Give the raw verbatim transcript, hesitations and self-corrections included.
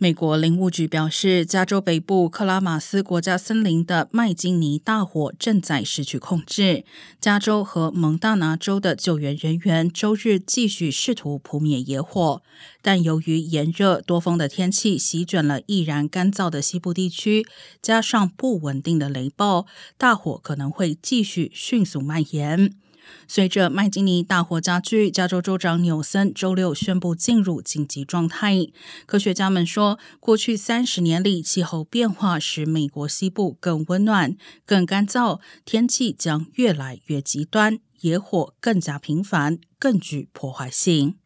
美国林务局表示，加州北部克拉马斯国家森林的麦金尼大火正在失去控制。加州和蒙大拿州的救援人员周日继续试图扑灭野火，但由于炎热多风的天气席卷了易燃干燥的西部地区，加上不稳定的雷暴，大火可能会继续迅速蔓延。随着麦金尼大火加剧，加州州长纽森周六宣布进入紧急状态。科学家们说，过去三十年里，气候变化使美国西部更温暖、更干燥，天气将越来越极端，野火更加频繁，更具破坏性。